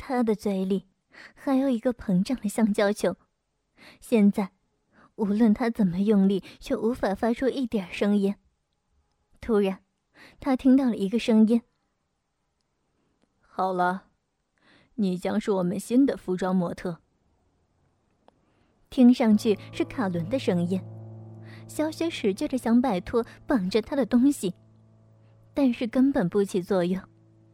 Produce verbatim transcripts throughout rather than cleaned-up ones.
他的嘴里还有一个膨胀的橡胶球，现在无论他怎么用力，却无法发出一点声音。突然，他听到了一个声音：“ 好了，你将是我们新的服装模特。” 听上去是卡伦的声音。小雪使劲地想摆脱绑着他的东西，但是根本不起作用。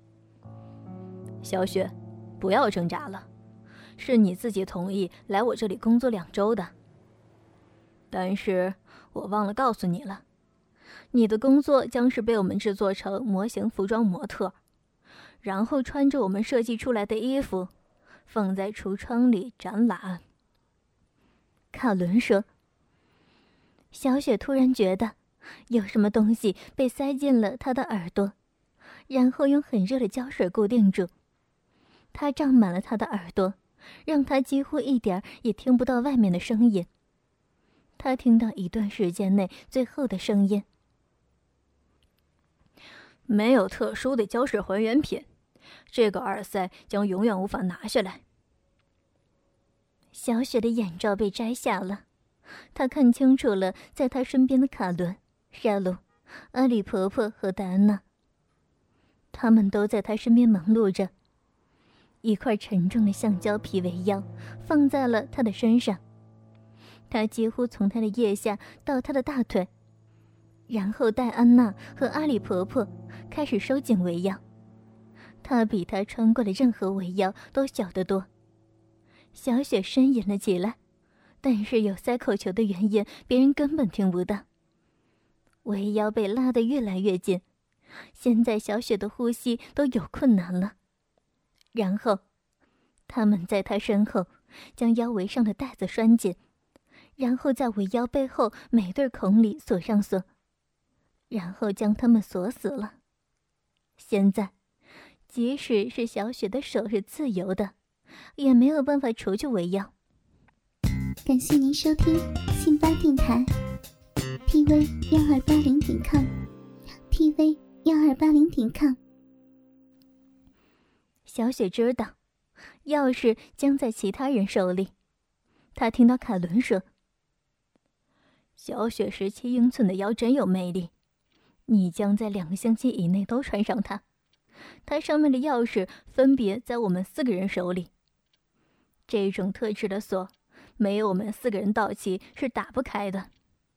小雪，不要挣扎了，是你自己同意来我这里工作两周的。但是我忘了告诉你了，你的工作将是被我们制作成模型服装模特，然后穿着我们设计出来的衣服，放在橱窗里展览。 卡伦说。小雪突然觉得有什么东西被塞进了她的耳朵，然后用很热的胶水固定住。它胀满了她的耳朵，让她几乎一点也听不到外面的声音。她听到一段时间内最后的声音：“ 没有特殊的胶水还原品，这个耳塞将永远无法拿下来。” 小雪的眼罩被摘下了，她看清楚了在她身边的卡伦、沙龙、阿里婆婆和戴安娜。他们都在她身边忙碌着。一块沉重的橡胶皮围腰放在了她的身上，它几乎从她的腋下到她的大腿。然后戴安娜和阿里婆婆开始收紧围腰，她比她穿过的任何围腰都小得多。小雪呻吟了起来，但是有塞口球的原因别人根本听不到。围腰被拉得越来越紧，现在小雪的呼吸都有困难了。然后他们在她身后将腰围上的带子拴紧，然后在围腰背后每对孔里锁上锁，然后将它们锁死了。现在即使是小雪的手是自由的，也没有办法除去围腰。 感谢您收听信巴电台 T V 幺二八零点 com T V 幺二八零点 com。 小雪知道钥匙将在其他人手里。她听到卡伦说：“ 小雪十七英寸的腰真有魅力，你将在两个星期以内都穿上它。它上面的钥匙分别在我们四个人手里。这种特制的锁，没有我们四个人到齐是打不开的。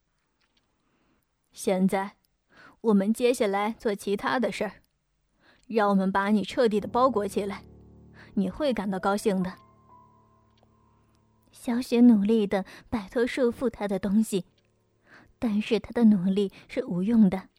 现在，我们接下来做其他的事儿。让我们把你彻底的包裹起来，你会感到高兴的。” 小雪努力地摆脱束缚她的东西，但是她的努力是无用的。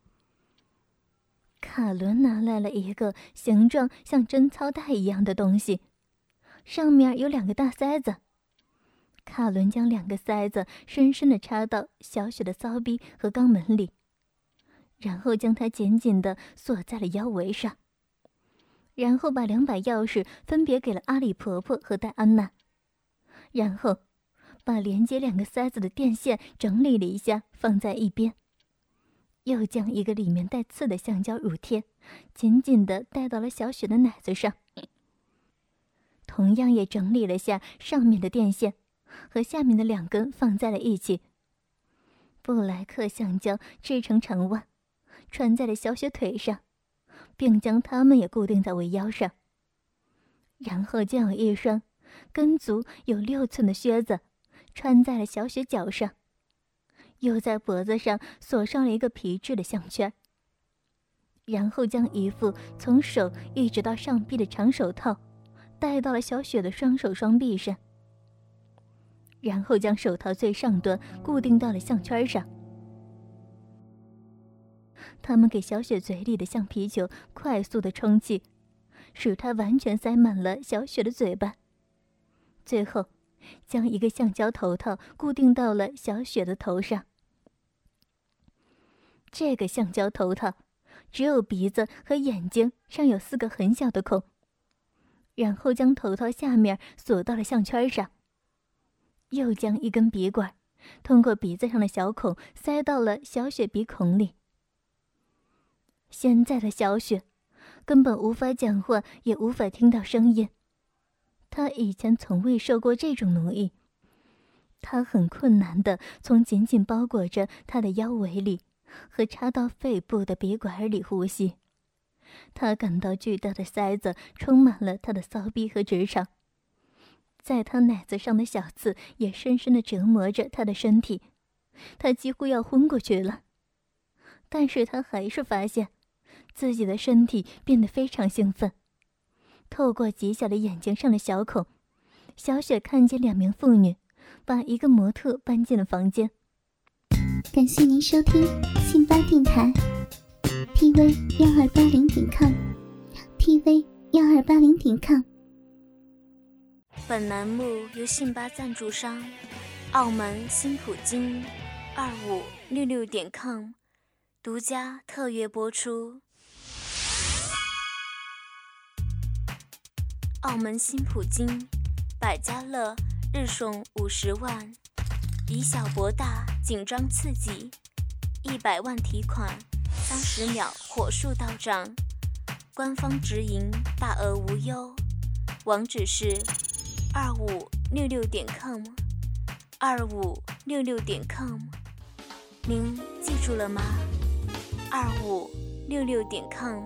卡伦拿来了一个形状像贞操带一样的东西，上面有两个大塞子。卡伦将两个塞子深深地插到小雪的骚逼和肛门里，然后将它紧紧地锁在了腰围上，然后把两把钥匙分别给了阿里婆婆和戴安娜，然后把连接两个塞子的电线整理了一下放在一边，又将一个里面带刺的橡胶乳贴紧紧地戴到了小雪的奶子上，同样也整理了下上面的电线，和下面的两根放在了一起。布莱克橡胶织成长袜，穿在了小雪腿上，并将它们也固定在围腰上。然后将有一双跟足有六寸的靴子穿在了小雪脚上，又在脖子上锁上了一个皮质的项圈，然后将一副从手一直到上臂的长手套戴到了小雪的双手双臂上，然后将手套最上端固定到了项圈上。他们给小雪嘴里的橡皮球快速地充气，使它完全塞满了小雪的嘴巴。最后将一个橡胶头套固定到了小雪的头上。这个橡胶头套只有鼻子和眼睛上有四个很小的孔，然后将头套下面锁到了项圈上，又将一根鼻管通过鼻子上的小孔塞到了小雪鼻孔里。现在的小雪根本无法讲话，也无法听到声音， 他以前从未受过这种奴役。他很困难地从紧紧包裹着他的腰围里和插到肺部的鼻管里呼吸。他感到巨大的塞子充满了他的骚逼和直肠，在他奶子上的小刺也深深地折磨着他的身体，他几乎要昏过去了。但是他还是发现自己的身体变得非常兴奋。透过极小的眼睛上的小孔，小雪看见两名妇女把一个模特搬进了房间。 感谢您收听信巴电台 T V 幺二八零点 com T V 幺二八零点 com。 本栏目由信巴赞助商澳门新普京二五六六点 com 独家特约播出。澳门新普京百家乐日送五十万，以小博大，紧张刺激，一百万提款，三十秒火速到账，官方直营，大额无忧。网址是二五六六点 com 二五六六点 com， 您记住了吗？二五六六点 com。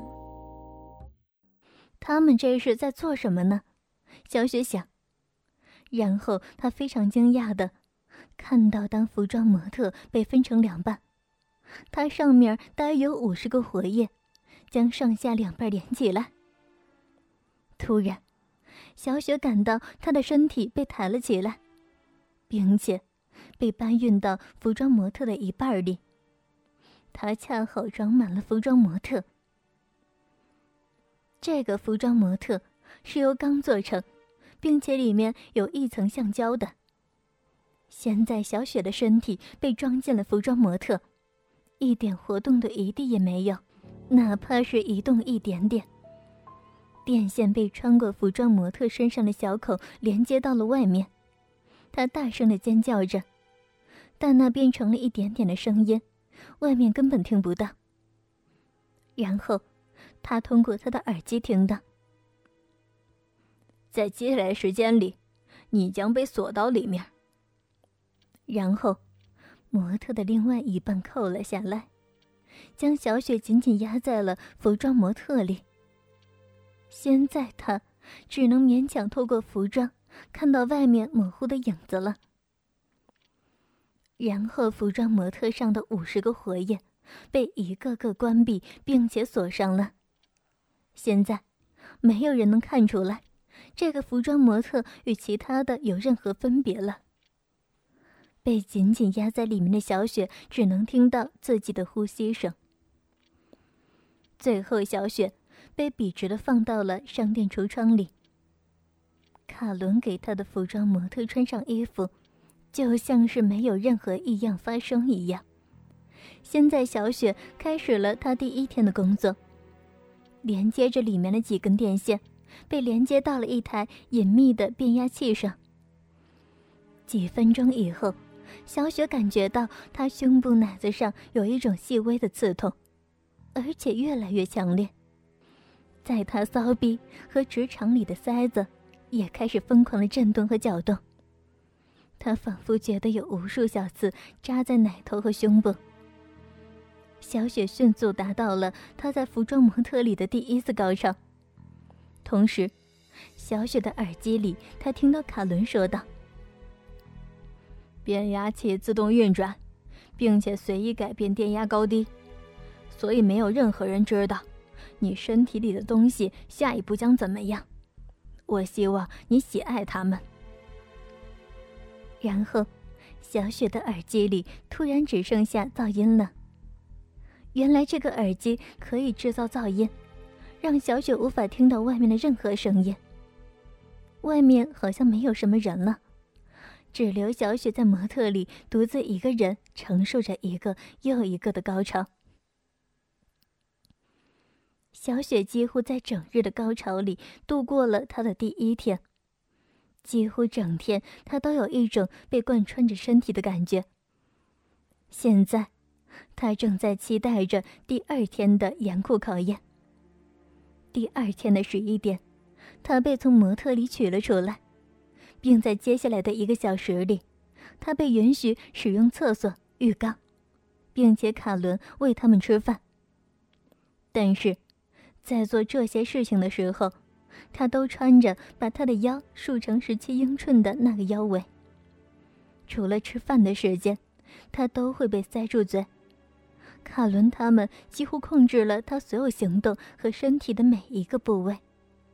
他们这是在做什么呢？小雪想。然后她非常惊讶地看到，当服装模特被分成两半，它上面大约有五十个活页，将上下两半连起来。突然，小雪感到她的身体被抬了起来，并且被搬运到服装模特的一半里。她恰好装满了服装模特。这个服装模特是由钢做成，并且里面有一层橡胶的。现在小雪的身体被装进了服装模特，一点活动的余地也没有，哪怕是移动一点点。电线被穿过服装模特身上的小口连接到了外面，她大声地尖叫着，但那变成了一点点的声音，外面根本听不到。然后她通过她的耳机听到， 在接下来时间里，你将被锁到里面。 然后模特的另外一半扣了下来，将小雪紧紧压在了服装模特里。现在她只能勉强透过服装看到外面模糊的影子了。然后服装模特上的五十个活页被一个个关闭并且锁上了。现在没有人能看出来这个服装模特与其他的有任何分别了。被紧紧压在里面的小雪只能听到自己的呼吸声。最后小雪被笔直地放到了商店橱窗里。卡伦给她的服装模特穿上衣服，就像是没有任何异样发生一样。现在小雪开始了她第一天的工作，连接着里面的几根电线被连接到了一台隐秘的变压器上。几分钟以后，小雪感觉到她胸部奶子上有一种细微的刺痛，而且越来越强烈。在她骚逼和直肠里的塞子也开始疯狂的震动和搅动，她仿佛觉得有无数小刺扎在奶头和胸部。小雪迅速达到了她在服装模特里的第一次高潮。同时，小雪的耳机里，她听到卡伦说道：“ 变压器自动运转，并且随意改变电压高低，所以没有任何人知道你身体里的东西下一步将怎么样。我希望你喜爱它们。” 然后，小雪的耳机里突然只剩下噪音了。原来这个耳机可以制造噪音，让小雪无法听到外面的任何声音。外面好像没有什么人了，只留小雪在模特里独自一个人承受着一个又一个的高潮。小雪几乎在整日的高潮里度过了她的第一天，几乎整天她都有一种被贯穿着身体的感觉。现在她正在期待着第二天的严酷考验。第二天的十一点， 他被从模特里取了出来，并在接下来的一个小时里，他被允许使用厕所、浴缸，并且卡伦喂他们吃饭。但是在做这些事情的时候，他都穿着把他的腰束成十七英寸的那个腰围。除了吃饭的时间，他都会被塞住嘴。卡伦他们几乎控制了他所有行动和身体的每一个部位。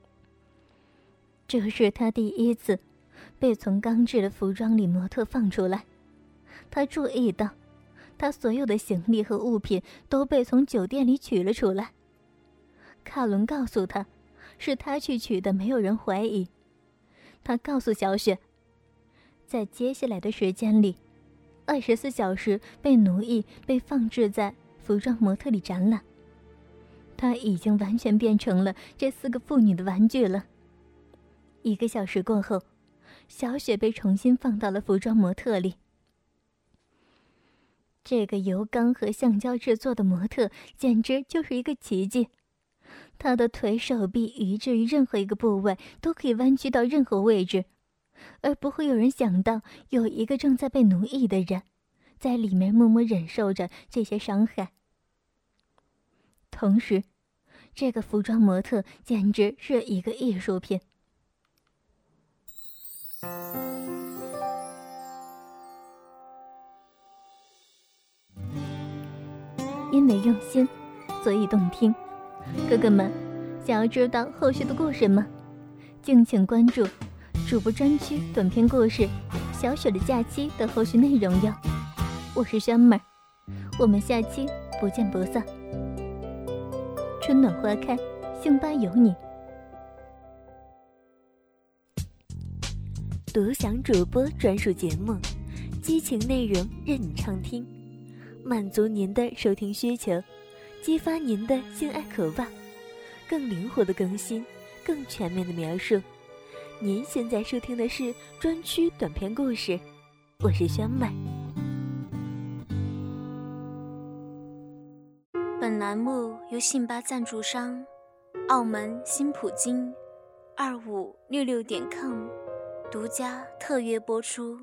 这是他第一次被从钢制的服装里模特放出来。他注意到他所有的行李和物品都被从酒店里取了出来。卡伦告诉他是他去取的，没有人怀疑。他告诉小雪，在接下来的时间里，二十四小时被奴役被放置在服装模特里展览。他已经完全变成了这四个妇女的玩具了。一个小时过后，小雪被重新放到了服装模特里。这个由钢和橡胶制作的模特简直就是一个奇迹。她的腿、手臂以至于任何一个部位都可以弯曲到任何位置，而不会有人想到有一个正在被奴役的人在里面默默忍受着这些伤害。同时，这个服装模特简直是一个艺术品。因为用心，所以动听。哥哥们，想要知道后续的故事吗？敬请关注主播专区短篇故事《小雪的假期》的后续内容哟。我是轩妹儿，我们下期不见不散。春暖花开，星巴有你。 独享主播专属节目，激情内容任你畅听，满足您的收听需求，激发您的性爱渴望，更灵活的更新，更全面的描述。您现在收听的是专区短篇故事，我是轩妹。 本栏目由信巴赞助商澳门新普京二五六六点 com 独家特约播出。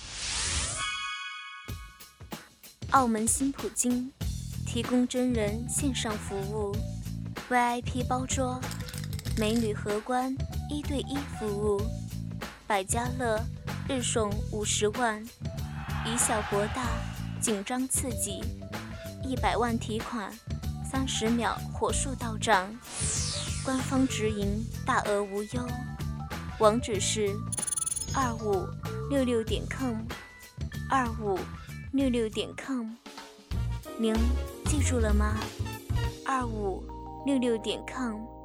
澳门新普京提供真人线上服务 V I P 包桌，美女荷官一对一服务，百家乐日送五十万，以小博大，紧张刺激，一百万提款，三十秒火速到账，官方直营，大额无忧。网址是二五六六点 com， 二五六六点 com， 您记住了吗？二五六六点 com。